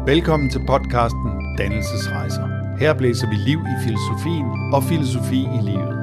Velkommen til podcasten Dannelsesrejser. Her blæser vi liv i filosofien og filosofi i livet.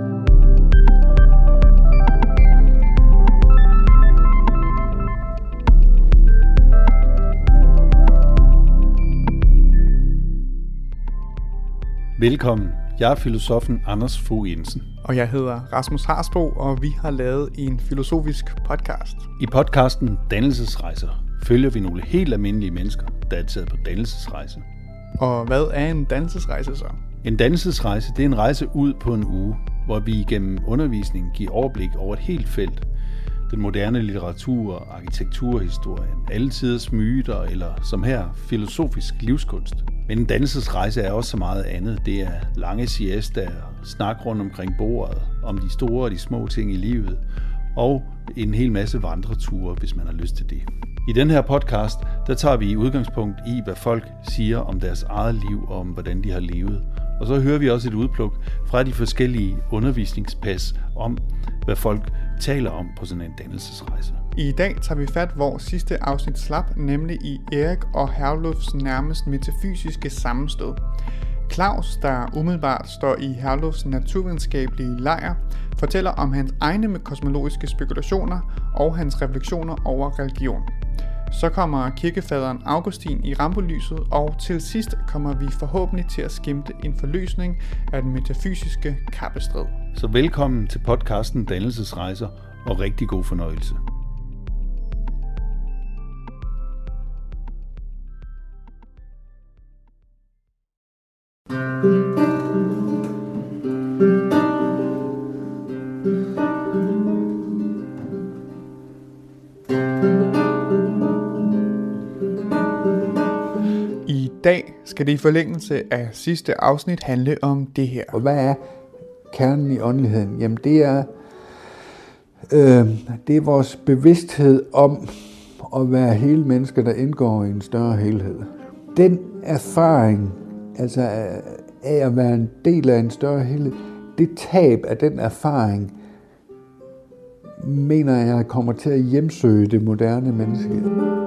Velkommen. Jeg er filosofen Anders Fogh Jensen. Og jeg hedder Rasmus Harsbo, og vi har lavet en filosofisk podcast. I podcasten Dannelsesrejser følger vi nogle helt almindelige mennesker, der er taget på dannelsesrejse. Og hvad er en dannelsesrejse så? En dannelsesrejse, det er en rejse ud på en uge, hvor vi igennem undervisning giver overblik over et helt felt. Den moderne litteratur, arkitekturhistorien, alle tiders myter eller som her, filosofisk livskunst. Men en dannelsesrejse er også så meget andet. Det er lange siestaer, snak rundt omkring bordet, om de store og de små ting i livet, og en hel masse vandreture, hvis man har lyst til det. I den her podcast, der tager vi udgangspunkt i, hvad folk siger om deres eget liv og om, hvordan de har levet. Og så hører vi også et udpluk fra de forskellige undervisningspas om, hvad folk taler om på sådan en dannelsesrejse. I dag tager vi fat, hvor sidste afsnit slap, nemlig i Erik og Herlufs nærmest metafysiske sammenstød. Claus, der umiddelbart står i Herlufs naturvidenskabelige lejr, fortæller om hans egne kosmologiske spekulationer og hans refleksioner over religion. Så kommer kirkefaderen Augustin i rampelyset, og til sidst kommer vi forhåbentlig til at skimte en forløsning af den metafysiske kappestrid. Så velkommen til podcasten Dannelsesrejser, og rigtig god fornøjelse. I dag skal det i forlængelse af sidste afsnit handle om det her. Og hvad er kernen i åndeligheden? Jamen det er vores bevidsthed om at være hele mennesker, der indgår i en større helhed. Den erfaring, altså af at være en del af en større helhed, det tab af den erfaring, mener jeg kommer til at hjemsøge det moderne menneske.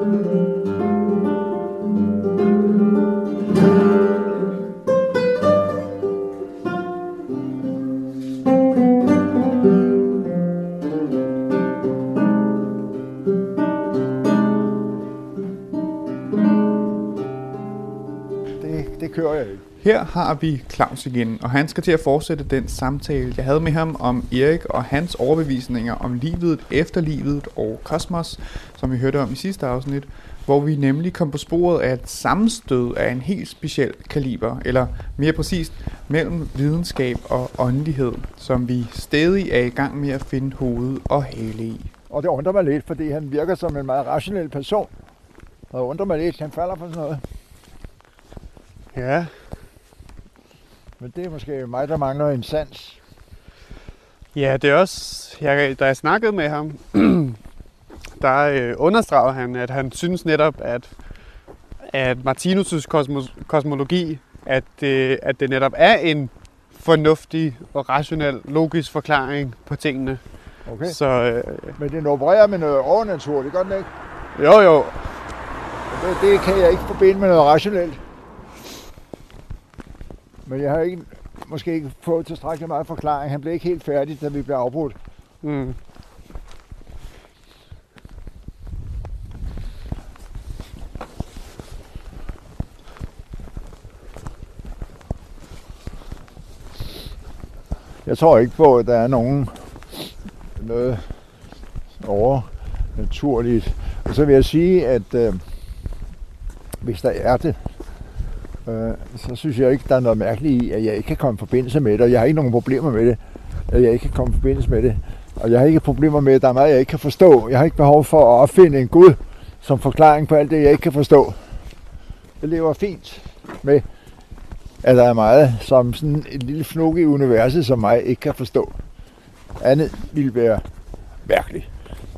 Det kører jeg ikke. Her har vi Claus igen, og han skal til at fortsætte den samtale, jeg havde med ham om Erik og hans overbevisninger om livet, efterlivet og kosmos, som vi hørte om i sidste afsnit, hvor vi nemlig kom på sporet af et sammenstød af en helt speciel kaliber, eller mere præcist mellem videnskab og åndelighed, som vi stadig er i gang med at finde hoved og hale i. Og det undrer mig lidt, fordi han virker som en meget rationel person. Og det undrer mig lidt, han falder for sådan noget. Ja. Men det er måske mig, der mangler en sans. Ja, det er også, da jeg snakkede med ham, der understregede han, at han synes netop, at Martinus' kosmologi, at det netop er en fornuftig og rationel, logisk forklaring på tingene. Okay. Så, men den opererer med noget overnaturligt, gør den ikke? Jo. Det kan jeg ikke forbinde med noget rationelt. Men jeg har måske ikke fået tilstrækkeligt meget forklaring. Han blev ikke helt færdig, da vi blev afbrudt. Mm. Jeg tror ikke på, at der er noget overnaturligt. Og så vil jeg sige, at hvis der er det, så synes jeg ikke, der er noget mærkeligt i, at jeg ikke kan komme i forbindelse med det, og jeg har ikke nogen problemer med det, at jeg ikke kan komme i forbindelse med det. Og jeg har ikke problemer med, at der er meget, jeg ikke kan forstå. Jeg har ikke behov for at opfinde en Gud som forklaring på alt det, jeg ikke kan forstå. Jeg lever fint med, at der er meget, som sådan et lille fnug i universet, som mig ikke kan forstå. Andet ville være mærkeligt.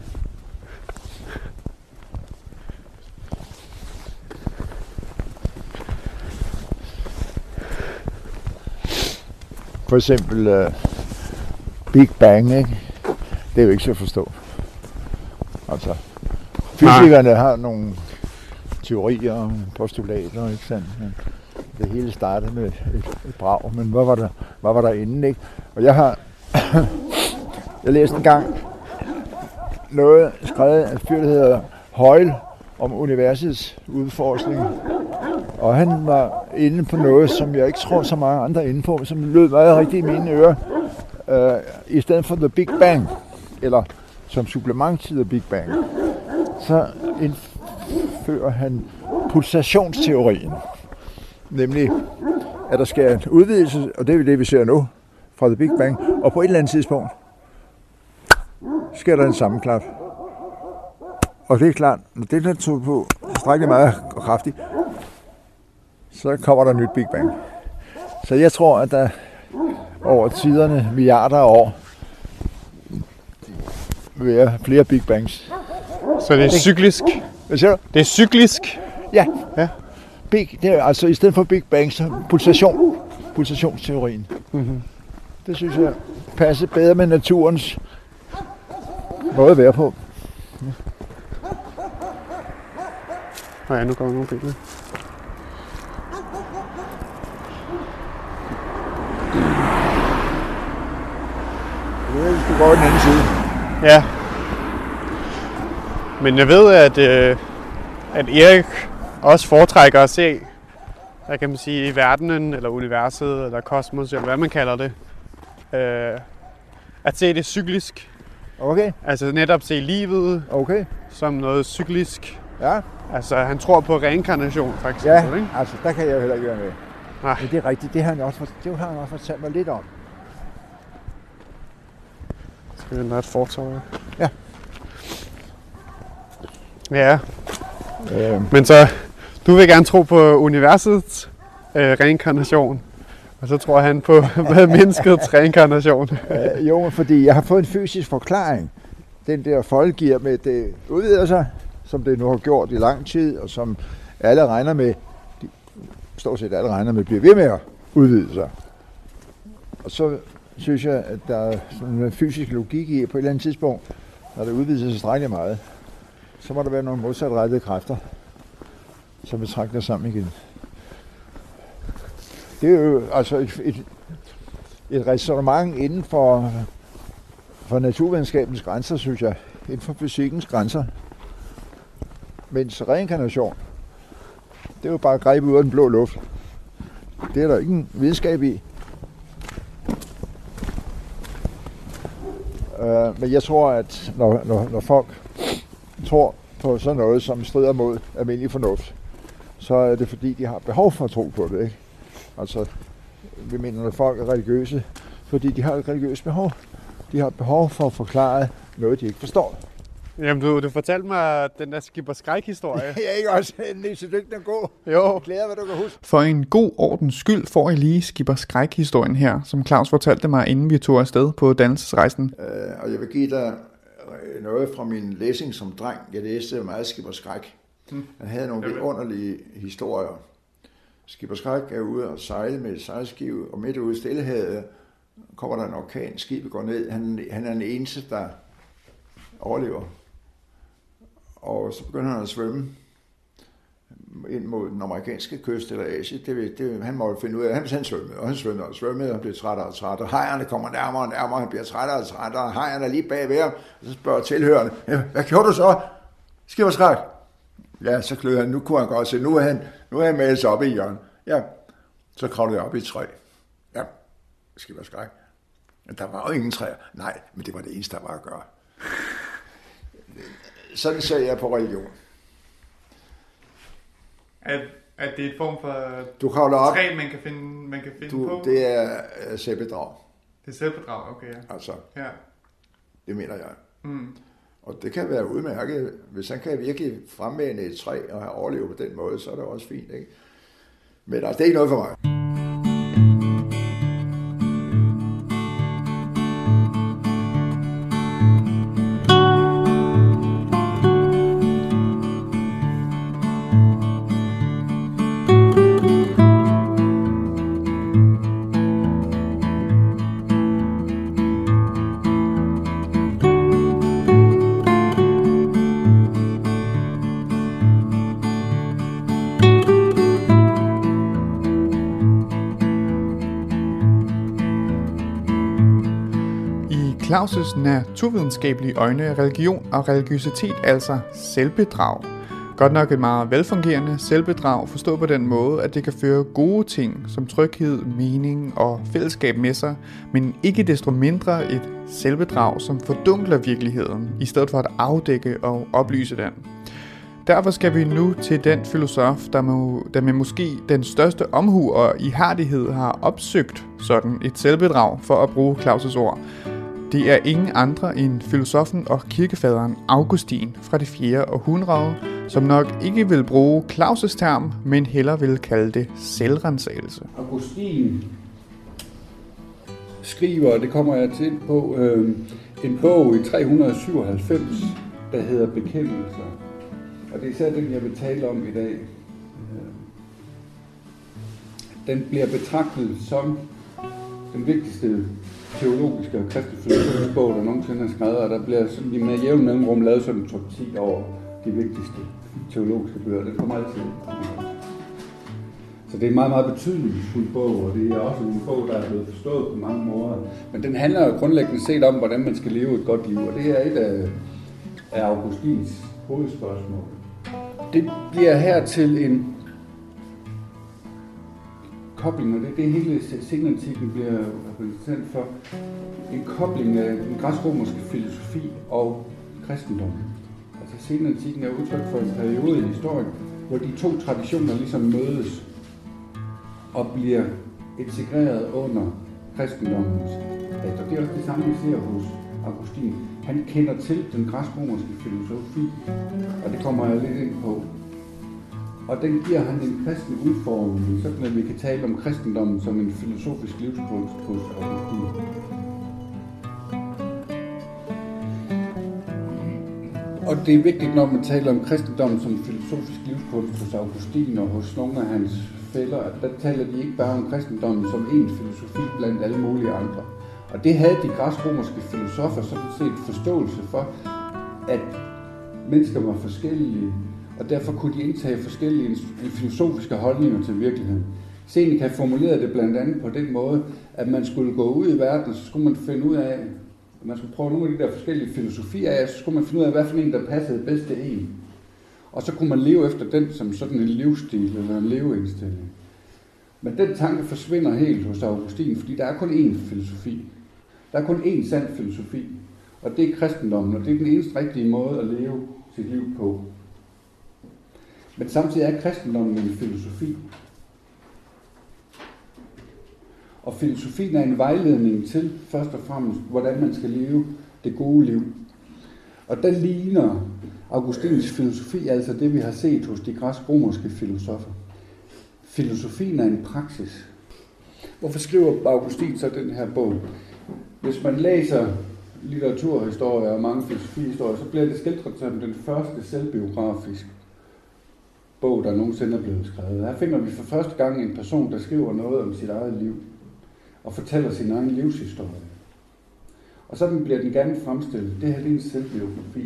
For eksempel Big Bang, ikke? Det er jo ikke så at forstå. Altså, fysikerne har nogle teorier og postulater, ikke sandt? Men det hele startede med et brag, men hvad var der inden, ikke? Og jeg læste en gang noget skrevet af en fyr, der hedder Hoyle, om universets udforskning. Og han var inde på noget, som jeg ikke tror så mange andre er inde på, som lød meget rigtigt i mine ører. I stedet for The Big Bang, eller som supplement til The Big Bang, så indfører han pulsationsteorien. Nemlig, at der sker en udvidelse, og det er det, vi ser nu, fra The Big Bang, og på et eller andet tidspunkt sker der en sammenklap. Og det er klart, når det er tog på strækkeligt meget kraftigt, så kommer der et nyt Big Bang. Så jeg tror, at der over tiderne, milliarder af år, vil være flere Big Bangs. Så det er cyklisk? Hvad siger du? Det er cyklisk? Ja. Det er altså i stedet for Big Bang, så pulsationsteorien. Mm-hmm. Det synes jeg passer bedre med naturens måde at være på. Ja, nu kommer nogle biler. Det skal gå den anden side. Ja. Men jeg ved, at Erik også foretrækker at se, hvad kan man sige, i verdenen, eller universet, eller kosmos, eller hvad man kalder det. At se det cyklisk. Okay. Altså netop se livet som noget cyklisk. Ja. Altså han tror på reinkarnation, faktisk. Ja, ikke? altså der kan jeg jo heller ikke være med. Nej. Men det er rigtigt, det har han også fortalt mig lidt om. Skal vi lade et fortov? Ja. Ja. Men så, du vil gerne tro på universets reinkarnation, og så tror han på menneskets reinkarnation. Jo, fordi jeg har fået en fysisk forklaring. Den der folkegear med, det udvider sig, som det nu har gjort i lang tid, og som alle regner med, stort set alle regner med, bliver ved med at udvide sig. Og så synes jeg, at der er sådan en fysisk logik i, på et eller andet tidspunkt, når det udvider sig strækkeligt meget, så må der være nogle modsatrettede kræfter, som vi trækker sammen igen. Det er jo altså et ræsonnement inden for naturvidenskabens grænser, synes jeg, inden for fysikkens grænser. Mens reinkarnation, det er jo bare greb ud af den blå luft. Det er der ingen videnskab i. Men jeg tror, at når folk tror på sådan noget, som strider mod almindelig fornuft, så er det fordi, de har behov for at tro på det, ikke? Altså, vi mener, at folk er religiøse, fordi de har et religiøst behov. De har behov for at forklare noget, de ikke forstår. Jamen, du fortalte mig den der Skipper Skræk-historie. Ja, ikke også? Nisse Dygten er god. Jo. Jeg glæder mig, du kan huske. For en god ordens skyld får I lige Skipper Skræk-historien her, som Claus fortalte mig, inden vi tog afsted på dannelsesrejsen. Og jeg vil give dig noget fra min læsning som dreng. Jeg læste meget Skipper Skræk. Han havde nogle vidunderlige historier. Skipper Skræk er ude og sejle med et sejlskib, og midt ude i Stillehavet kommer der en orkan, skibet går ned. Han er den eneste, der overlever. Og så begynder han at svømme ind mod den amerikanske kyst eller Asien. Han må jo finde ud af, han svømmede, og han svømmede, og blev trættere og trættere. Hejerne kommer nærmere og nærmere, han bliver trættere og trættere, og hejerne er lige bagved ham. Og så spørger tilhørende, hvad gjorde du så? Skipper Skræk. Ja, så kløede han. Nu kunne han godt se, nu er han med sig op i hjørnet. Ja, så kravlede jeg op i et træ. Ja, Skipper Skræk. Men der var jo ingen træer. Nej, men det var det eneste, der var at gøre. Sådan ser jeg på religion. At det er et form for du kravler op, træ, man kan finde på? Det er selvbedrag. Det er selvbedrag, okay. Ja. Altså, ja. Det mener jeg. Mm. Og det kan være udmærket. Hvis han kan virkelig fremmane et træ og have overlevet på den måde, så er det også fint, ikke? Men altså, det er ikke noget for mig. Claus' naturvidenskabelige øjne er religion og religiøsitet altså selvbedrag. Godt nok et meget velfungerende selvbedrag, forstået på den måde, at det kan føre gode ting som tryghed, mening og fællesskab med sig, men ikke desto mindre et selvbedrag, som fordunkler virkeligheden, i stedet for at afdække og oplyse den. Derfor skal vi nu til den filosof, der med måske den største omhu og ihærdighed har opsøgt sådan et selvbedrag, for at bruge Claus' ord. Det er ingen andre end filosofen og kirkefaderen Augustin fra det 4. århundrede, som nok ikke vil bruge Claus' term, men hellere vil kalde det selvrensagelse. Augustin skriver, det kommer jeg til på, en bog i 397, der hedder Bekendelser. Og det er især den, jeg vil tale om i dag. Den bliver betragtet som den vigtigste teologiske og kristne filosofiske bog, der nogensinde er skrevet, og der bliver sådan, med jævn mellemrum lavet sådan en top 10 over de vigtigste teologiske bøger. Den kommer altid. Så det er en meget, meget betydningsfuld bog, og det er også en bog, der er blevet forstået på mange måder. Men den handler jo grundlæggende set om, hvordan man skal leve et godt liv, og det er et af Augustins hovedspørgsmål. Det bliver her til en kobling, og det hele senantikken bliver repræsenteret for en kobling af den græsk-romerske filosofi og kristendommen. Altså senantikken er udtryk for en periode i historien, hvor de to traditioner ligesom mødes og bliver integreret under kristendommens hat. Og det er også det samme, vi ser hos Augustin. Han kender til den græsk-romerske filosofi, og det kommer jeg lidt ind på. Og den giver han en kristen udformning, sådan at vi kan tale om kristendommen som en filosofisk livskunst hos Augustin. Og det er vigtigt, når man taler om kristendommen som en filosofisk livskunst hos Augustin og hos nogle af hans fæller, at der taler de ikke bare om kristendommen som en filosofi blandt alle mulige andre. Og det havde de græsk-romerske filosofer sådan set forståelse for, at mennesker var forskellige, og derfor kunne de indtage forskellige filosofiske holdninger til virkeligheden. Seneca formulerede det blandt andet på den måde, at man skulle gå ud i verden, og så skulle man finde ud af, at man skulle prøve nogle af de der forskellige filosofier af, så skulle man finde ud af, hvad for en, der passede bedst til en. Og så kunne man leve efter den som sådan en livsstil eller en leveindstilling. Men den tanke forsvinder helt hos Augustin, fordi der er kun én filosofi. Der er kun én sand filosofi, og det er kristendommen, og det er den eneste rigtige måde at leve sit liv på. Men samtidig er kristendommen en filosofi. Og filosofien er en vejledning til, først og fremmest, hvordan man skal leve det gode liv. Og der ligner Augustins filosofi altså det, vi har set hos de græsk-romerske filosofer. Filosofien er en praksis. Hvorfor skriver Augustin så den her bog? Hvis man læser litteraturhistorie og mange filosofihistorier, så bliver det skildret som den første selvbiografiske bog, der nogensinde er blevet skrevet. Her finder vi for første gang en person, der skriver noget om sit eget liv og fortæller sin egen livshistorie. Og sådan bliver den gerne fremstillet. Det her er en selvbiografi.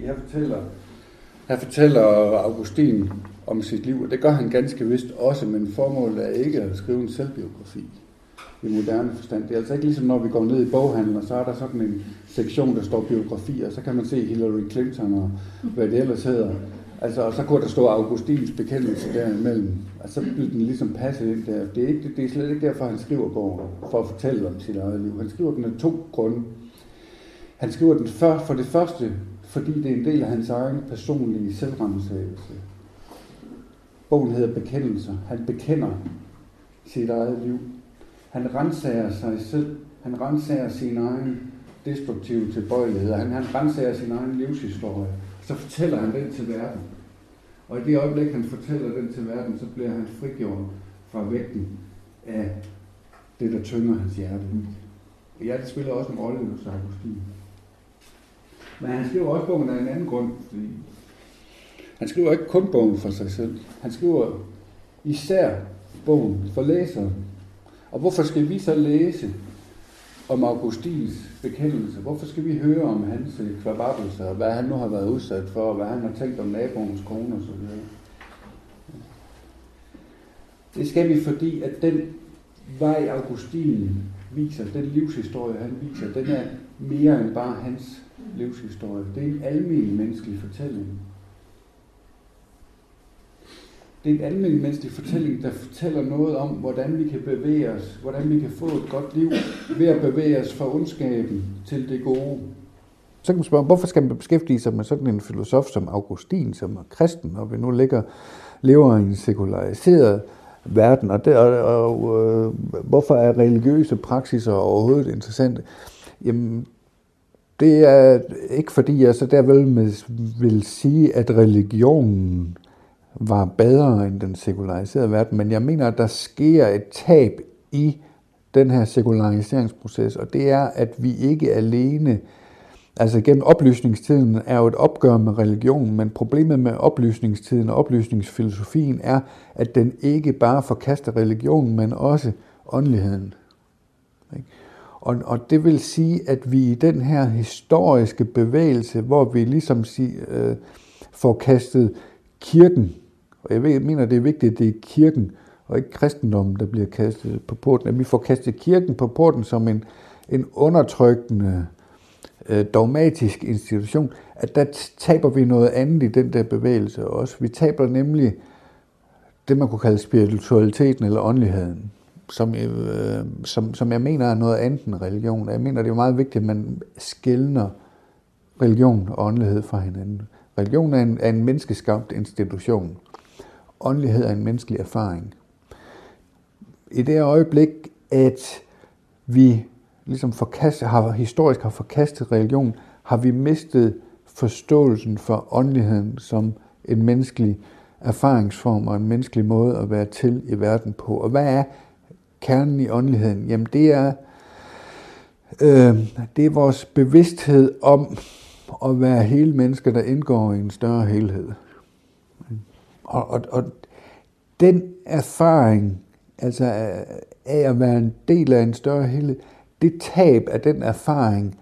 Her fortæller Augustin om sit liv, og det gør han ganske vist også, men formålet er ikke at skrive en selvbiografi i moderne forstand. Det er altså ikke ligesom, når vi går ned i boghandlen, og så er der sådan en sektion, der står biografier, og så kan man se Hillary Clinton og hvad det ellers hedder. Altså, og så kunne der stå Augustins bekendelse derimellem. Og så bliver den ligesom passet ind der. Det er slet ikke derfor, han skriver bogen, for at fortælle om sit eget liv. Han skriver den af 2 grunde. Han skriver den for det første, fordi det er en del af hans egen personlige selvrensagelse. Bogen hedder Bekendelser. Han bekender sit eget liv. Han rensager sig selv. Han rensager sin egen destruktive tilbøjeligheder. Han rensager sin egen livshistorie. Så fortæller han den til verden. Og i det øjeblik, han fortæller den til verden, så bliver han frigjort fra vægten af det, der tynger hans hjerte. Og hjertet spiller også en rolle hos Augustin. Men han skriver også bogen af en anden grund, fordi han skriver ikke kun bogen for sig selv. Han skriver især bogen for læseren. Og hvorfor skal vi så læse om Augustins bekendelse? Hvorfor skal vi høre om hans kvababelser, hvad han nu har været udsat for, og hvad han har tænkt om naboens kone osv.? Det skal vi, fordi at den vej Augustin viser, den livshistorie, han viser, den er mere end bare hans livshistorie. Det er en almindelig menneskelig fortælling. Det er en almindelig menneskelig fortælling, der fortæller noget om, hvordan vi kan bevæge os, hvordan vi kan få et godt liv ved at bevæge os fra ondskaben til det gode. Så kan man spørge, hvorfor skal man beskæftige sig med sådan en filosof som Augustin, som er kristen, og vi nu lever i en sekulariseret verden, og hvorfor er religiøse praksiser overhovedet interessante? Jamen, det er ikke fordi jeg så derved vil sige, at religionen var bedre end den sekulariserede verden, men jeg mener, at der sker et tab i den her sekulariseringsproces, og det er, at vi ikke alene, altså gennem oplysningstiden er jo et opgør med religionen, men problemet med oplysningstiden og oplysningsfilosofien er, at den ikke bare forkaster religionen, men også åndeligheden. Og det vil sige, at vi i den her historiske bevægelse, hvor vi ligesom får kastet kirken, og jeg mener, det er vigtigt, at det er kirken og ikke kristendommen, der bliver kastet på porten, at vi får kastet kirken på porten som en undertrykkende, dogmatisk institution, at der taber vi noget andet i den der bevægelse også. Vi taber nemlig det, man kunne kalde spiritualiteten eller åndeligheden, som jeg mener er noget andet end religion. Jeg mener, det er jo meget vigtigt, at man skelner religion og åndelighed fra hinanden. Religion er en menneskeskabt institution. Åndelighed er en menneskelig erfaring. I det øjeblik, at vi ligesom historisk har forkastet religion, har vi mistet forståelsen for åndeligheden som en menneskelig erfaringsform og en menneskelig måde at være til i verden på. Og hvad er kernen i åndeligheden? Jamen det er vores bevidsthed om at være hele mennesker, der indgår i en større helhed. Og den erfaring, altså af at være en del af en større helhed, det tab af den erfaring,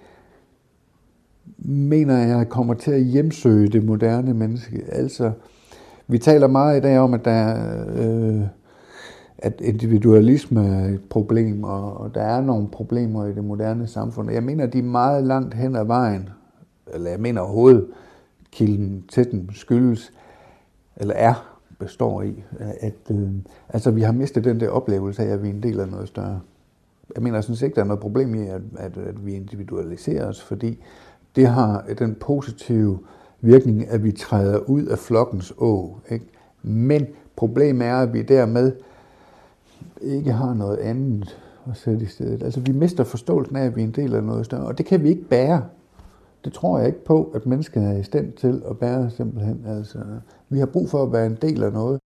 mener jeg kommer til at hjemsøge det moderne menneske. Altså, vi taler meget i dag om, at at individualisme er et problem, og der er nogle problemer i det moderne samfund. Jeg mener, de er meget langt hen ad vejen, eller jeg mener overhovedet, kilden til den skyldes, eller består i, at vi har mistet den der oplevelse af, at vi er en del af noget større. Jeg mener, jeg synes ikke, der er noget problem i, at vi individualiserer os, fordi det har den positive virkning, at vi træder ud af flokkens å. Ikke? Men problemet er, at vi dermed ikke har noget andet at sætte i stedet. Altså, vi mister forståelsen af, at vi er en del af noget større, og det kan vi ikke bære. Det tror jeg ikke på, at mennesket er i stand til at bære simpelthen. Altså, vi har brug for at være en del af noget.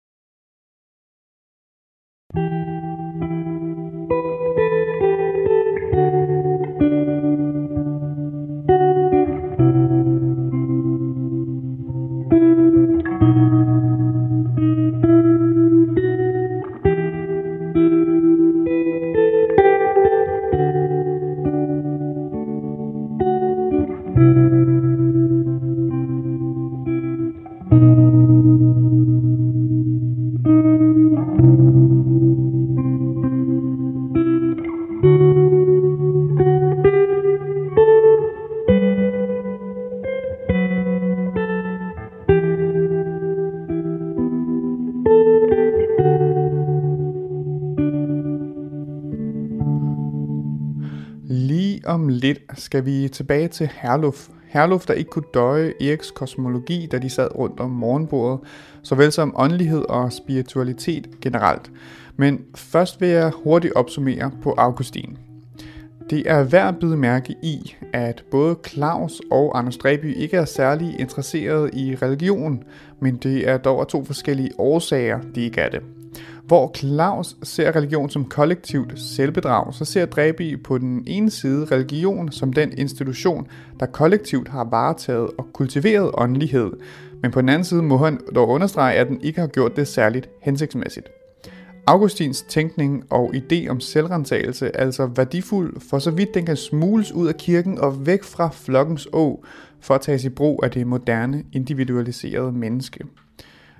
Om lidt skal vi tilbage til Herluf. Herluf, der ikke kunne døje Eriks kosmologi, da de sad rundt om morgenbordet, såvel som åndelighed og spiritualitet generelt. Men først vil jeg hurtigt opsummere på Augustin. Det er værd at bide mærke i, at både Claus og Anders Dræby ikke er særlig interesserede i religion, men det er dog af to forskellige årsager, de ikke er det. Hvor Claus ser religion som kollektivt selvbedrag, så ser Dræby på den ene side religion som den institution, der kollektivt har varetaget og kultiveret åndelighed, men på den anden side må han dog understrege, at den ikke har gjort det særligt hensigtsmæssigt. Augustins tænkning og idé om selvrensagelse er altså værdifuld, for så vidt den kan smugles ud af kirken og væk fra flokkens å, for at tages i brug af det moderne, individualiserede menneske.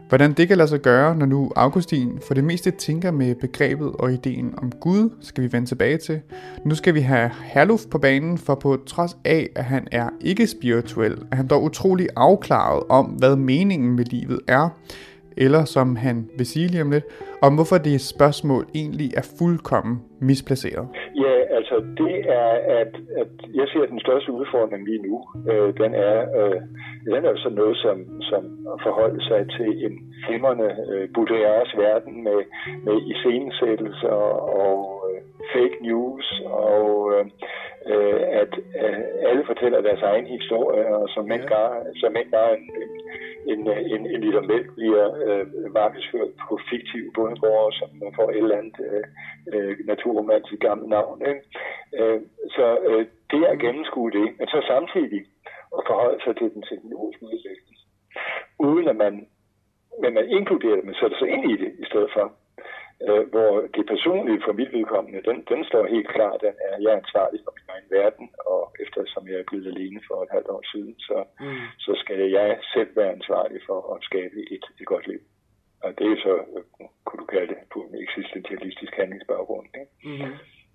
Hvordan det kan lade sig gøre, når nu Augustin for det meste tænker med begrebet og ideen om Gud, skal vi vende tilbage til. Nu skal vi have Herluf på banen, for på trods af, at han er ikke spirituel, er han dog utrolig afklaret om, hvad meningen med livet er, eller som han vil sige lige om lidt, om hvorfor det spørgsmål egentlig er fuldkommen misplaceret. Ja, altså det er, at jeg ser, at den største udfordring lige nu, den er jo sådan noget, som forholder sig til en flimrende Baudrillards verden med iscenesættelser og fake news, og at alle fortæller deres egen historie, og som ikke bare en liter mælk bliver markedsført på fiktive bondegårde, som får et eller andet naturromantisk gammelt navn. Så det er at gennemskue det, men så samtidig at forholde sig til den teknologiske udvikling, uden at man inkluderer det, men sætter sig ind i det i stedet for. Hvor det personlige for mit vedkommende, den står helt klart, at jeg er ansvarlig for min egen verden, og eftersom jeg er blevet alene for et halvt år siden, så skal jeg selv være ansvarlig for at skabe et godt liv. Og det er så, kunne du kalde det, på en eksistentialistisk handlingsbaggrund. Ikke?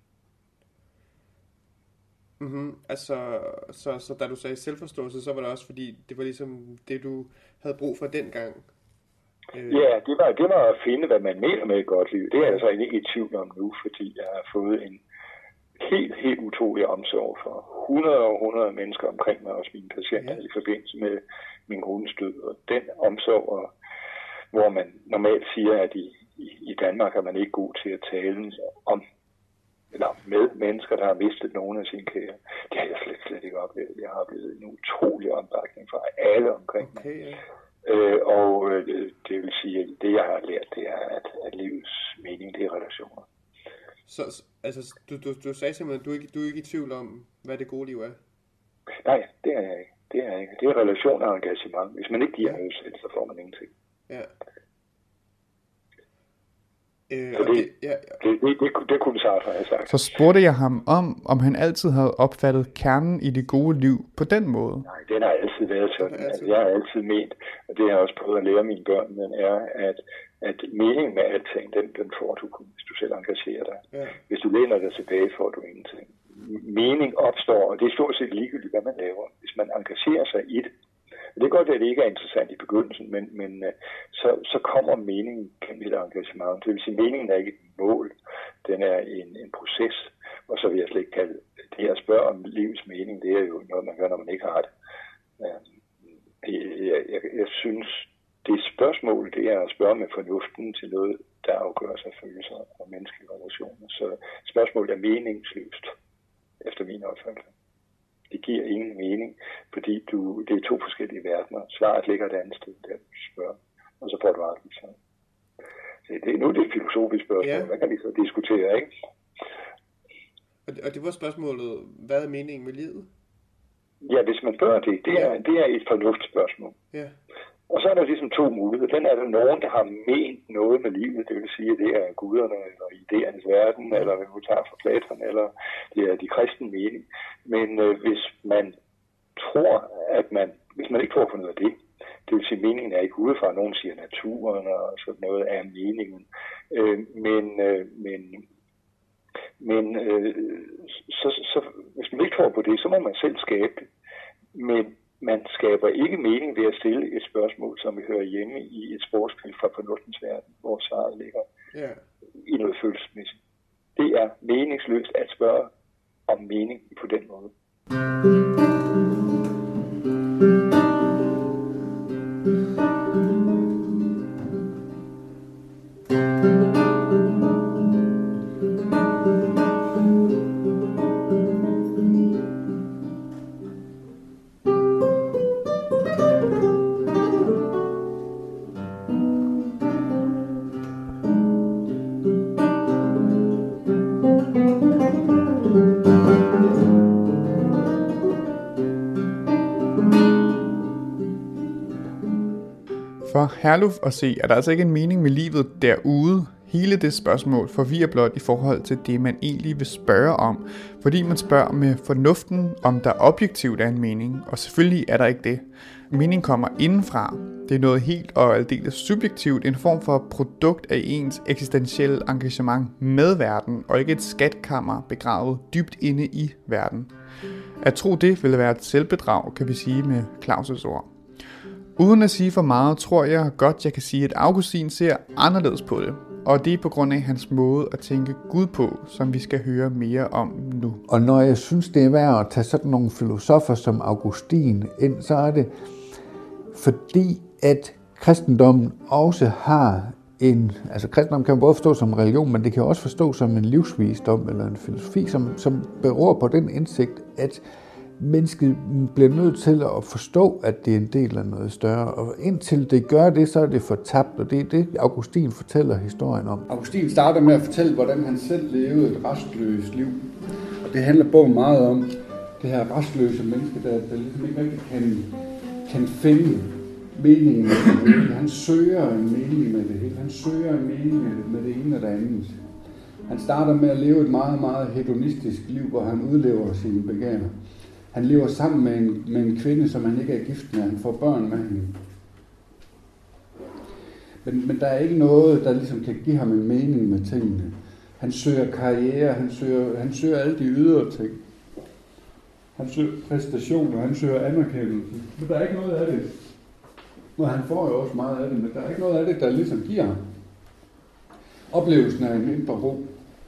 Altså, så da du sagde selvforståelse, så var det også fordi, det var ligesom det, du havde brug for dengang. Ja, det var at finde, hvad man mener med et godt liv. Det er jeg så ikke i tvivl om nu, fordi jeg har fået en helt utrolig omsorg for 100 mennesker omkring mig, også mine patienter, i forbindelse med min kones død. Og den omsorg, hvor man normalt siger, at i Danmark er man ikke god til at tale om, eller med mennesker, der har mistet nogle af sine kære. Det har jeg slet ikke oplevet. Jeg har oplevet en utrolig opbakning fra alle omkring mig. Ja. Og det vil sige, at det jeg har lært, det er, at livets mening, det er relationer. Så altså, du sagde simpelthen, at du er ikke i tvivl om, hvad det gode liv er? Nej, det er jeg ikke. Det er relationer og engagement. Hvis man ikke giver noget selv, så får man ingenting. Ja. Så det kunne Sartre have sagt. Så spurgte jeg ham om han altid havde opfattet kernen i det gode liv på den måde. Nej, den har altid været sådan. Altså, jeg har altid ment, og det har jeg også prøvet at lære mine børn, men er, at meningen med alting, den får du kun, hvis du selv engagerer dig. Ja. Hvis du læner dig tilbage, får du ingenting. Mening opstår, og det er stort set ligegyldigt, hvad man laver. Hvis man engagerer sig i det, det er godt, at det ikke er interessant i begyndelsen, men så kommer meningen gennem et engagement. Det vil sige, at meningen er ikke et mål, den er en proces, og så vil jeg slet ikke kalde det at spørge om livets mening, det er jo noget, man gør, når man ikke har det. Jeg synes, det spørgsmål, det er at spørge med fornuften til noget, der afgør sig følelser og menneskelige relationer. Så spørgsmålet er meningsløst, efter min opfattelse. Det giver ingen mening, fordi det er to forskellige verdener. Svaret ligger et andet sted, der du spørger, og så får du aldrig så. Nu er det et filosofisk spørgsmål, ja. Hvad kan vi så diskutere, ikke? Og det var spørgsmålet, hvad er meningen med livet? Ja, hvis man spørger det er et fornuftsspørgsmål. Ja. Og så er der ligesom to muligheder. Den er der nogen, der har ment noget med livet, det vil sige, at det er guderne, eller idéernes verden, eller hvad du tager fra Platon, eller det er de kristne mening. Men hvis man tror, hvis man ikke tror på noget af det, det vil sige, at meningen er ikke udefra, nogen siger naturen, og sådan noget er meningen. Så hvis man ikke tror på det, så må man selv skabe det. Men man skaber ikke mening ved at stille et spørgsmål, som vi hører hjemme i et sportsspil fra fornuftens verden, hvor svaret ligger i noget følelsesmæssigt. Det er meningsløst at spørge om mening på den måde. For Herluf at se, er der altså ikke en mening med livet derude, Hele det spørgsmål forvirrer blot i forhold til det, man egentlig vil spørge om, fordi man spørger med fornuften, om der objektivt er en mening, og selvfølgelig er der ikke det. Mening kommer indenfra. Det er noget helt og aldeles subjektivt, en form for produkt af ens eksistentielle engagement med verden, og ikke et skatkammer begravet dybt inde i verden. At tro det ville være et selvbedrag, kan vi sige med Claus' ord. Uden at sige for meget, tror jeg godt, jeg kan sige, at Augustin ser anderledes på det. Og det er på grund af hans måde at tænke Gud på, som vi skal høre mere om nu. Og når jeg synes, det er værd at tage sådan nogle filosofer som Augustin ind, så er det fordi, at kristendommen også har altså kristendommen kan man både forstå som en religion, men det kan også forstå som en livsvisdom eller en filosofi, som beror på den indsigt, at mennesket bliver nødt til at forstå, at det er en del af noget større. Og indtil det gør det, så er det fortabt, og det er det, Augustin fortæller historien om. Augustin starter med at fortælle, hvordan han selv levede et restløst liv. Og det handler bogen meget om det her restløse menneske, der ligesom ikke rigtig kan finde meningen med det hele. Han søger en mening med det hele. Han søger en mening med det ene og det andet. Han starter med at leve et meget, meget hedonistisk liv, hvor han udlever sine begær. Han lever sammen med en kvinde, som han ikke er gift med. Han får børn med hende. Men der er ikke noget, der ligesom kan give ham en mening med tingene. Han søger karriere, han søger alle de ydre ting. Han søger præstationer, han søger anerkendelse. Men der er ikke noget af det. Og han får jo også meget af det, men der er ikke noget af det, der ligesom giver ham oplevelsen af en indre ro.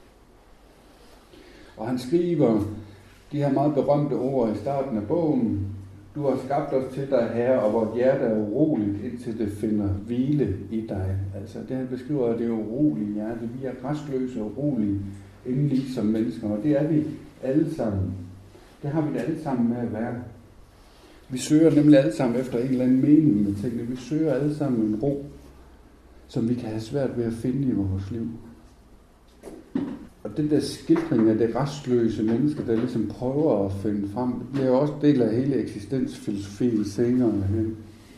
Og han skriver de her meget berømte ord i starten af bogen. Du har skabt os til dig, Herre, og vort hjerte er uroligt, indtil det finder hvile i dig. Altså det han beskriver, at det er urolige hjerte. Vi er restløse og urolige indeni som mennesker, og det er vi alle sammen. Det har vi det alle sammen med at være. Vi søger nemlig alle sammen efter en eller anden mening med tingene. Vi søger alle sammen en ro, som vi kan have svært ved at finde i vores liv. Og den der skildring af det restløse menneske, der ligesom prøver at finde frem, det bliver jo også del af hele eksistensfilosofien senere hen.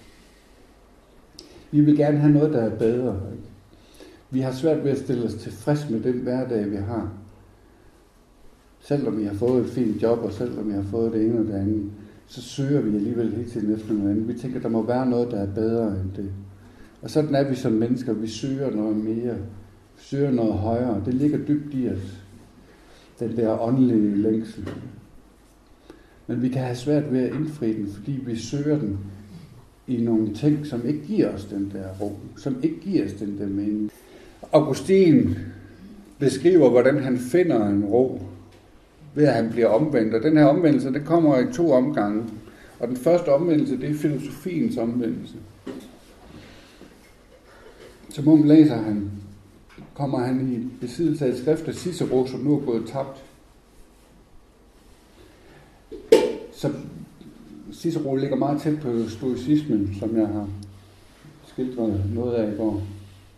Vi vil gerne have noget, der er bedre. Vi har svært ved at stille os tilfreds med den hverdag, vi har. Selvom vi har fået et fint job, og selvom vi har fået det ene og det andet, så søger vi alligevel hele tiden efter noget andet. Vi tænker, der må være noget, der er bedre end det. Og sådan er vi som mennesker. Vi søger noget mere. Vi søger noget højere. Det ligger dybt i os. Den der åndelige længsel. Men vi kan have svært ved at indfri den, fordi vi søger den i nogle ting, som ikke giver os den der ro. Som ikke giver os den der mening. Augustin beskriver, hvordan han finder en ro ved at han bliver omvendt. Og den her omvendelse, det kommer i 2 omgange. Og den første omvendelse, det er filosofiens omvendelse. Som om læser han, kommer han i besiddelse af et skrift af Cicero, som nu er gået tabt. Så Cicero ligger meget tæt på stoicismen, som jeg har skildret noget af i går.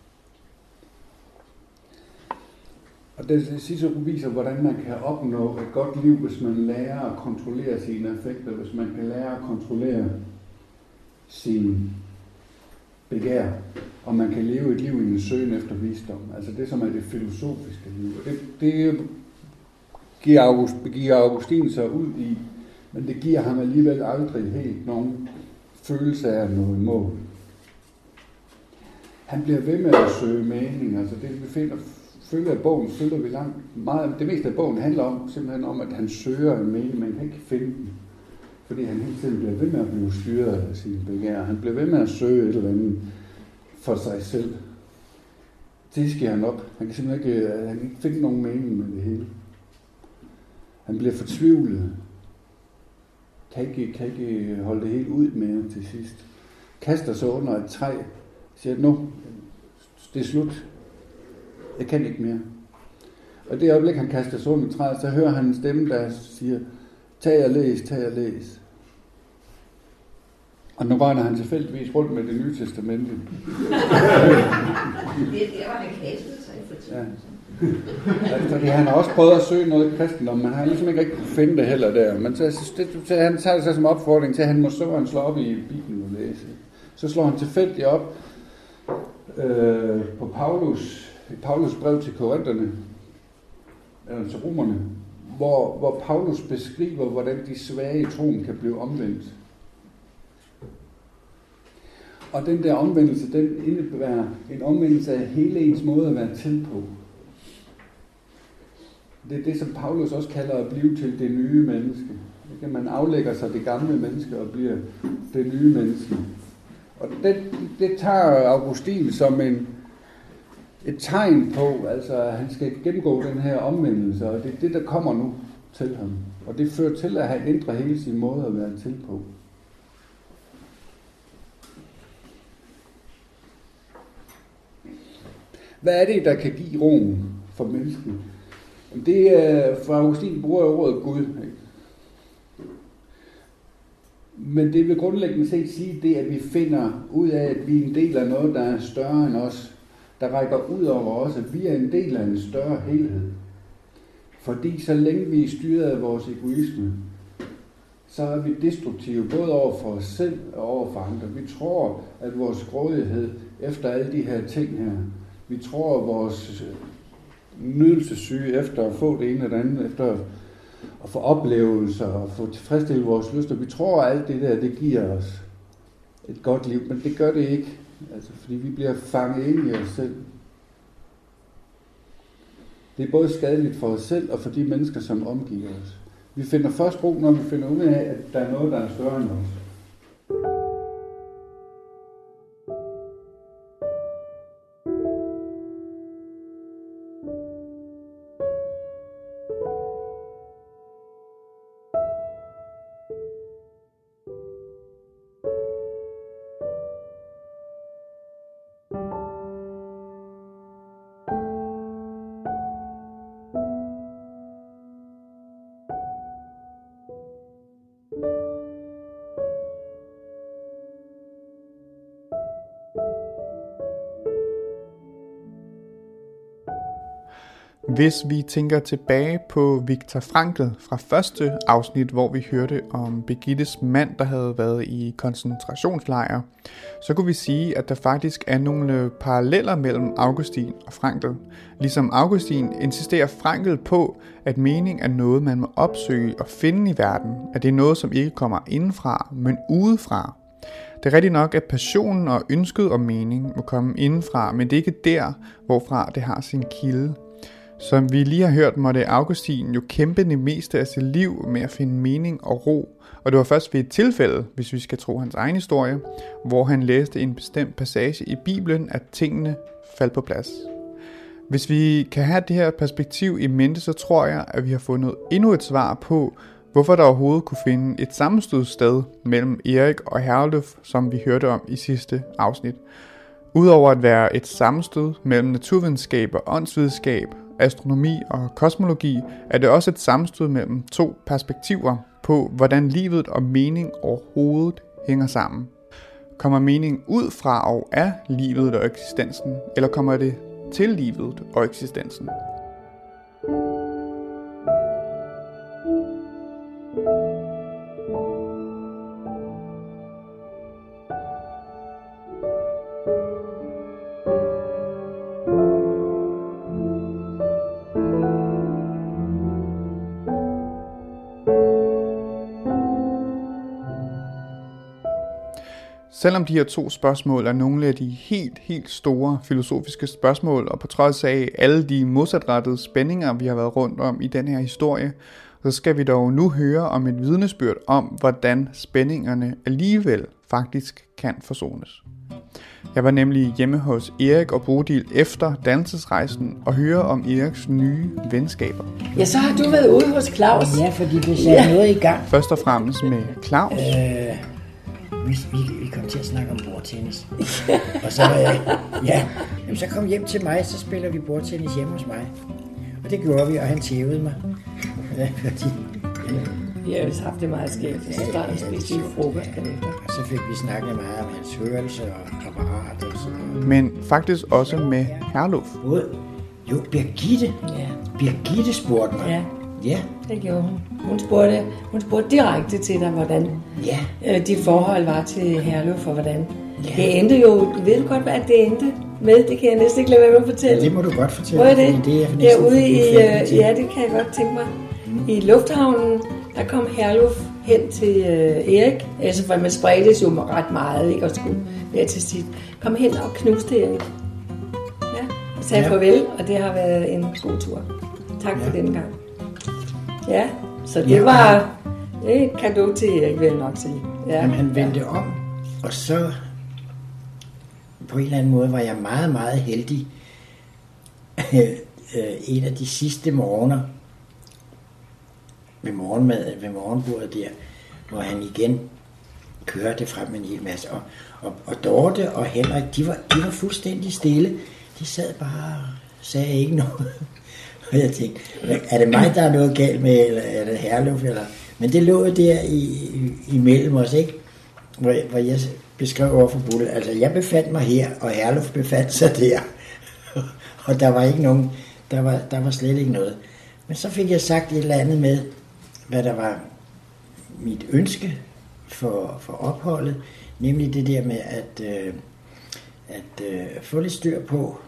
Og det Cicero viser, hvordan man kan opnå et godt liv, hvis man lærer at kontrollere sine affekter, hvis man kan lære at kontrollere sin begær, og man kan leve et liv i en søgen efter visdom. Altså det, som er det filosofiske liv. Og det giver Augustin sig ud i, men det giver ham alligevel aldrig helt nogen følelse af noget mål. Han bliver ved med at søge mening. Altså det, vi finder følger af bogen, følger vi langt meget. Det meste af bogen handler om, simpelthen om, at han søger en mening, man kan ikke finde den. Fordi han hele tiden bliver ved med at blive styret af sine begær. Han bliver ved med at søge et eller andet for sig selv. Det sker han op. Han kan simpelthen ikke finde nogen mening med det hele. Han bliver fortvivlet. Kan ikke holde det helt ud mere til sidst. Kaster sig under et træ. Siger, nu, det er slut. Jeg kan ikke mere. Og det øjeblik, han kaster sig under træet, så hører han en stemme, der siger, tag og læs. Og nu render han tilfældigvis rundt med det nye testamente. Det er der, han kastede sig for tiden. Ja. Fordi han har også prøvet at søge noget i kristendom, men han har ligesom ikke rigtig kunne finde det heller der. Men han tager det så som opfordring til, at han må slå op i Bibelen og læse. Så slår han tilfældigt op på Paulus Paulus brev til korinterne, eller til romerne, hvor Paulus beskriver, hvordan de svage i troen kan blive omvendt. Og den der omvendelse, den indebærer en omvendelse af hele ens måde at være til på. Det er det, som Paulus også kalder at blive til det nye menneske. Man aflægger sig det gamle menneske og bliver det nye menneske. Og det tager Augustin som et tegn på, altså at han skal gennemgå den her omvendelse, og det er det, der kommer nu til ham. Og det fører til, at han ændrer hele sin måde at være til på. Hvad er det, der kan give roen for mennesket? Det er, for Augustin bruger ordet Gud. Ikke? Men det vil grundlæggende set sige det, at vi finder ud af, at vi er en del af noget, der er større end os. Der rækker ud over os, at vi er en del af en større helhed. Fordi så længe vi er styret af vores egoisme, så er vi destruktive, både over for os selv og over for andre. Vi tror, at vores grådighed efter alle de her ting her, vi tror, at vores nydelsessyge efter at få det ene eller andet, efter at få oplevelser og få tilfredsstillet vores lyster, vi tror, at alt det der, det giver os et godt liv, men det gør det ikke. Altså, fordi vi bliver fanget ind i os selv. Det er både skadeligt for os selv og for de mennesker, som omgiver os. Vi finder først ro, når vi finder ud af, at der er noget, der er større end os. Hvis vi tænker tilbage på Viktor Frankl fra første afsnit, hvor vi hørte om Birgittes mand, der havde været i koncentrationslejre, så kunne vi sige, at der faktisk er nogle paralleller mellem Augustin og Frankl. Ligesom Augustin insisterer Frankl på, at mening er noget, man må opsøge og finde i verden, at det er noget, som ikke kommer indenfra, men udefra. Det er rigtigt nok, at passionen og ønsket om mening må komme indenfra, men det er ikke der, hvorfra det har sin kilde. Som vi lige har hørt, måtte Augustin jo kæmpe det meste af sit liv med at finde mening og ro. Og det var først ved et tilfælde, hvis vi skal tro hans egen historie, hvor han læste en bestemt passage i Bibelen, at tingene faldt på plads. Hvis vi kan have det her perspektiv i mente, så tror jeg, at vi har fundet endnu et svar på, hvorfor der overhovedet kunne finde et sammenstødssted mellem Erik og Herluf, som vi hørte om i sidste afsnit. Udover at være et sammenstød mellem naturvidenskab og åndsvidenskab, astronomi og kosmologi, er det også et sammenstød mellem to perspektiver på, hvordan livet og mening overhovedet hænger sammen. Kommer mening ud fra og af livet og eksistensen, eller kommer det til livet og eksistensen? Selvom de her to spørgsmål er nogle af de helt store filosofiske spørgsmål, og på trods af alle de modsatrettede spændinger, vi har været rundt om i den her historie, så skal vi dog nu høre om et vidnesbyrd om, hvordan spændingerne alligevel faktisk kan forsones. Jeg var nemlig hjemme hos Erik og Bodil efter dannelsesrejsen og høre om Eriks nye venskaber. Ja, så har du været ude hos Claus. Ja, fordi det satte noget i gang. Først og fremmest med Claus. Vi kom til at snakke om bordtennis. Og så, så kom hjem til mig, så spiller vi bordtennis hjemme hos mig. Og det gjorde vi, og han tævede mig. Ja, fordi... Vi har jo haft det meget skægt, så startede vi spiste frokost efter. Og så fik vi snakket meget om hans hørelse og apparat og sådan noget. Men faktisk også med Herluf. Jo, Birgitte. Ja. Birgitte spurgte mig. Ja. Ja. Det gjorde hun. Hun spurgte direkte til dig, hvordan dit forhold var til Herluf, og hvordan det endte jo. Ved du godt, hvad det endte med? Det kan jeg næsten ikke lade være med at fortælle. Ja, det må du godt fortælle. Hvor er det? Det er derude i, ja, det kan jeg godt tænke mig. I lufthavnen, der kom Herluf hen til Erik. Altså, for man spredtes jo ret meget, ikke? Og skulle være til sit. Kom hen og knuste Erik. Ja, og sagde farvel, og det har været en god tur. Tak for denne gang. Ja, så det var et cadeau til Erik, vil jeg nok sige. Ja. Jamen, han vendte om, og så på en eller anden måde var jeg meget, meget heldig. En af de sidste morgener ved morgenbordet der, hvor han igen kørte frem med en hel masse. Og Dorte og Henrik, de var fuldstændig stille. De sad bare og sagde ikke noget. Og jeg tænkte, er det mig, der er noget galt med, eller er det Herluf? Eller? Men det lå der imellem os, ikke? Hvor jeg beskrev over for Bulle. Altså, jeg befandt mig her, og Herluf befandt sig der. Og der var ikke nogen, der var slet ikke noget. Men så fik jeg sagt et eller andet med, hvad der var mit ønske for opholdet. Nemlig det der med at få lidt styr på,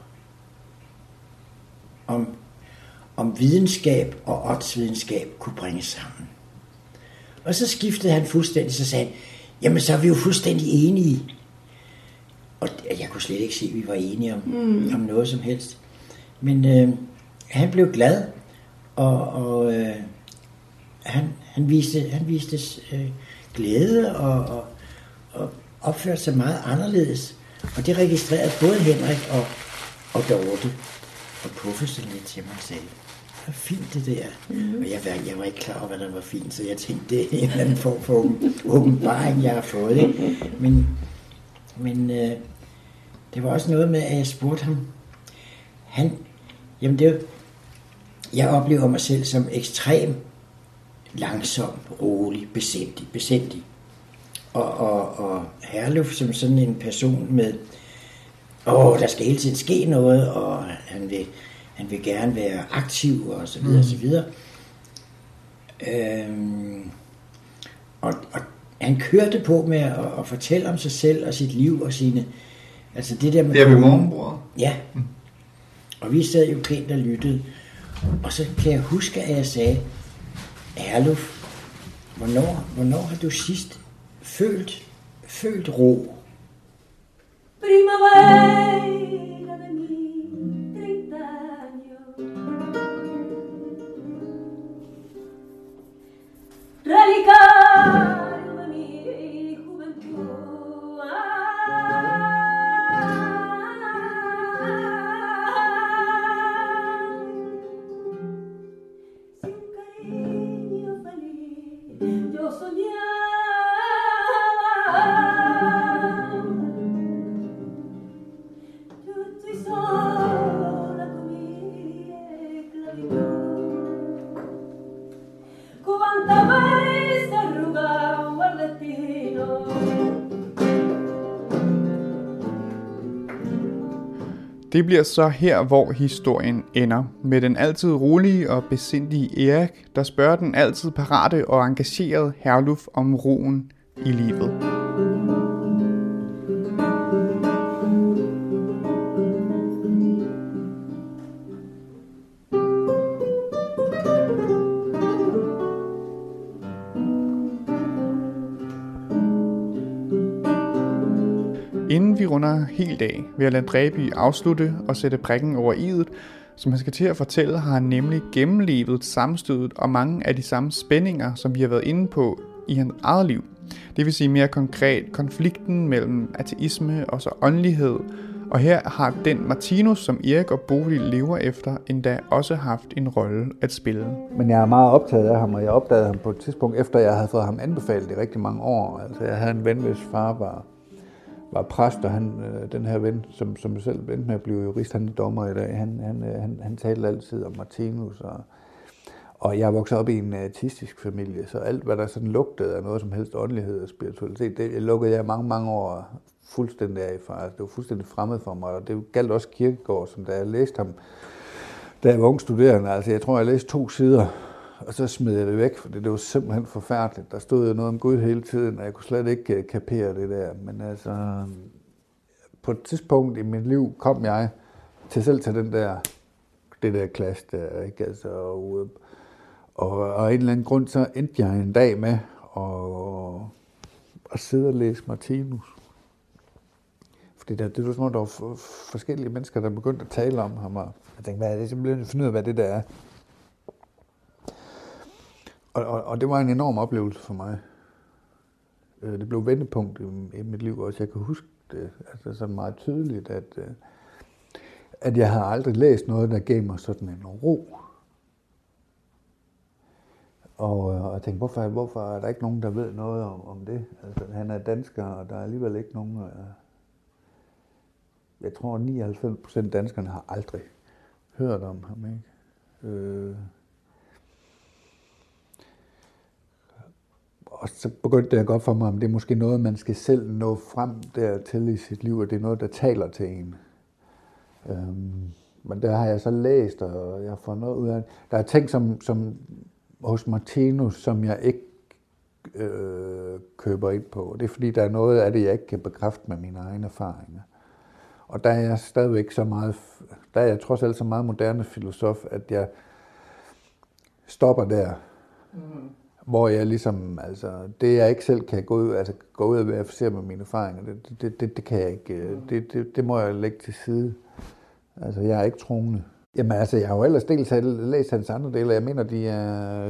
om videnskab og åndsvidenskab kunne bringes sammen. Og så skiftede han fuldstændig, så sagde han, jamen så er vi jo fuldstændig enige. Og jeg kunne slet ikke se, at vi var enige om noget som helst. Men han blev glad, og han viste glæde og opførte sig meget anderledes. Og det registrerede både Henrik og Dorte. Og puffede sådan lidt til mig og sagde, det var fint det der. Og jeg var ikke klar over, hvad der var fint, så jeg tænkte, det er en eller anden form for åbenbaring, jeg har fået. Ikke? Men det var også noget med, at jeg spurgte ham. Jeg oplever mig selv som ekstrem langsom, rolig, besindig. Og Herluf som sådan en person med, der skal hele tiden ske noget, og han vil gerne være aktiv, og så videre, og så videre. Og han kørte på med at fortælle om sig selv og sit liv og sine, altså det der med... Det er ved morgenbordet. Ja. Og vi sad jo pænt og lyttede, og så kan jeg huske, at jeg sagde, Herluf, hvornår har du sidst følt ro? Primavera de mis 30 años, relicario de mi juventud. Si un cariño feliz yo soñaba, Det bliver så her, hvor historien ender, med den altid rolige og besindige Erik, der spørger den altid parate og engagerede Herluf om roen i livet. Inden vi runder helt af, vil jeg lade Dræby afslutte og sætte prikken over i'et. Som han skal til at fortælle, har han nemlig gennemlevet sammenstødet og mange af de samme spændinger, som vi har været inde på i hans eget liv. Det vil sige mere konkret konflikten mellem ateisme og så åndelighed. Og her har den Martinus, som Erik og Bodil lever efter, endda også haft en rolle at spille. Men jeg er meget optaget af ham, og jeg opdagede ham på et tidspunkt, efter jeg havde fået ham anbefalet i rigtig mange år. Altså jeg havde en ven, hvis far var præst, og den her ven, som selv endte med at blive jurist, han er dommer i dag, han talte altid om Martinus, og jeg voksede op i en ateistisk familie, så alt, hvad der sådan lugtede af noget som helst åndelighed og spiritualitet, det lukkede jeg mange år fuldstændig af fra. Altså, det var fuldstændig fremmed for mig, og det galt også Kierkegaard, som da jeg læste ham, da jeg var ung studerende. Altså, jeg tror, jeg læste 2 sider Og så smed jeg det væk, for det var simpelthen forfærdeligt. Der stod jo noget om Gud hele tiden, og jeg kunne slet ikke kapere det der. Men altså, på et tidspunkt i mit liv kom jeg selv til det der klasse der, ikke? Altså, og af en eller anden grund, så endte jeg en dag med at sidde og læse Martinus. Fordi det var som om, der var forskellige mennesker, der begyndte at tale om ham, og jeg tænkte, hvad er det? Så blev jeg finde ud af, hvad det der er. Og det var en enorm oplevelse for mig. Det blev vendepunkt i mit liv også. Jeg kan huske det altså sådan meget tydeligt, at jeg havde aldrig læst noget, der gav mig sådan en ro. Og jeg tænkte, hvorfor er der ikke nogen, der ved noget om det? Altså, han er dansker, og der er alligevel ikke nogen... Jeg tror, 99% danskerne har aldrig hørt om ham, ikke? Og så begyndte det at gå op for mig, om det er måske noget, man skal selv nå frem dertil i sit liv, og det er noget, der taler til en. Men der har jeg så læst, og jeg har fået noget ud af det. Der er ting som hos Martinus, som jeg ikke køber ind på. Det er fordi, der er noget af det, jeg ikke kan bekræfte med mine egne erfaringer. Og der er jeg stadigvæk der er jeg trods alt så meget moderne filosof, at jeg stopper der. Hvor jeg ligesom, altså, det jeg ikke selv kan gå ud og verificere med mine erfaringer, det kan jeg ikke, det må jeg lægge til side. Altså, jeg er ikke troende. Jamen altså, jeg har jo ellers læst hans andre dele, jeg mener, de er...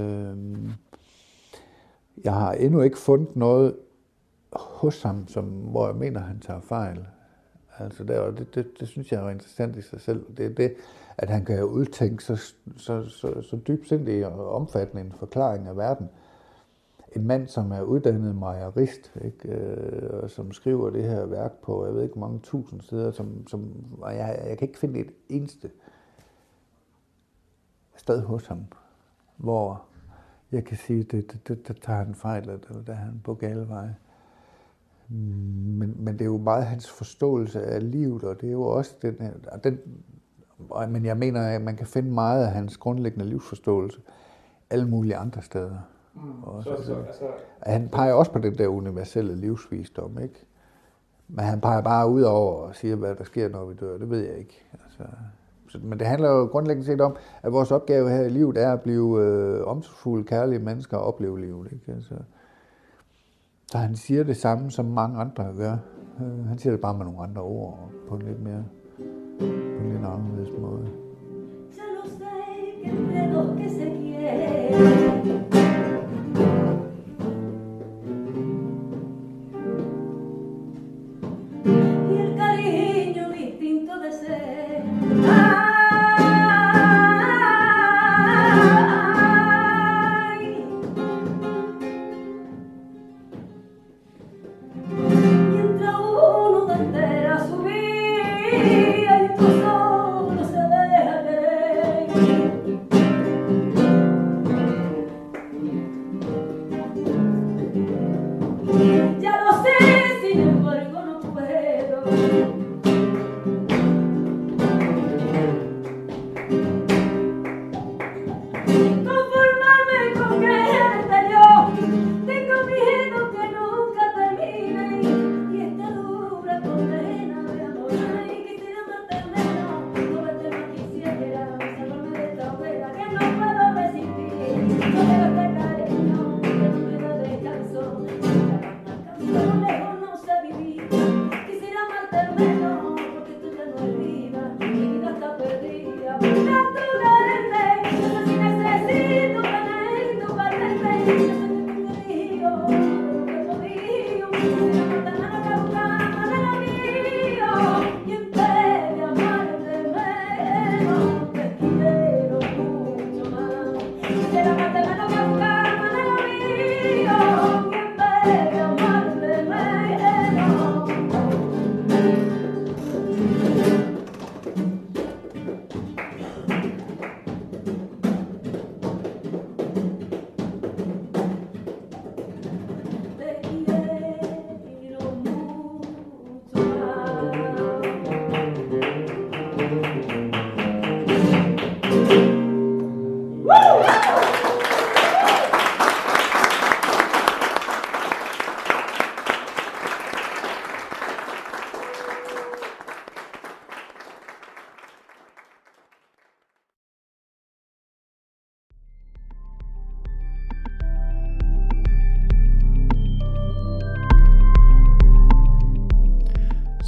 Jeg har endnu ikke fundet noget hos ham, hvor jeg mener, han tager fejl. Altså, det synes jeg er interessant i sig selv. Det er det, at han kan udtænke så dybsindig og omfattende en forklaring af verden. En mand, som er uddannet mejerist, ikke? Og som skriver det her værk på, jeg ved ikke, mange tusind sider, og jeg kan ikke finde et eneste sted hos ham, hvor jeg kan sige, det tager han fejl, eller der er han på gale vej. Men det er jo meget hans forståelse af livet, og det er jo også men jeg mener, at man kan finde meget af hans grundlæggende livsforståelse alle mulige andre steder. Han peger også på den der universelle livsvisdom, ikke? Men han peger bare ud over og siger, hvad der sker, når vi dør. Det ved jeg ikke. Altså, men det handler jo grundlæggende set om, at vores opgave her i livet er at blive omsorgsfulde, kærlige mennesker og opleve livet, ikke? Altså, så han siger det samme, som mange andre gør. Han siger det bare med nogle andre ord, og på en lidt anderledes måde.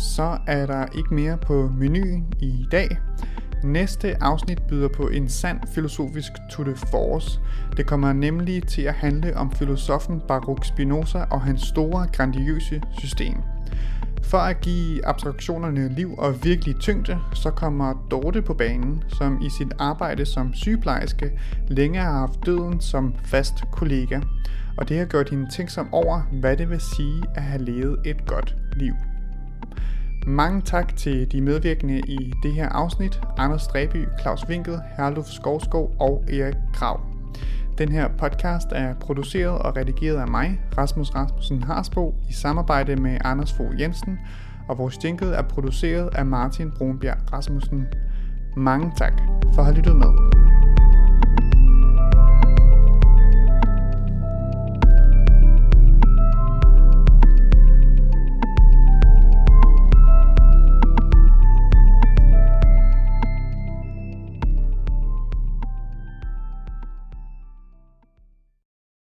så er der ikke mere på menuen i dag. Næste afsnit byder på en sand filosofisk tour de force. Det kommer nemlig til at handle om filosofen Baruch Spinoza og hans store, grandiøse system. For at give abstraktionerne liv og virkelig tyngde, så kommer Dorte på banen, som i sit arbejde som sygeplejerske længe har haft døden som fast kollega. Og det har gjort hende tænksom over, hvad det vil sige at have levet et godt liv. Mange tak til de medvirkende i det her afsnit: Anders Stræby, Claus Winkel, Herluf Skovskov og Erik Krav. Den her podcast er produceret og redigeret af mig, Rasmus Rasmussen Harsbo, i samarbejde med Anders Fogh Jensen, og vores jingle er produceret af Martin Brunbjerg Rasmussen. Mange tak for at have lyttet med.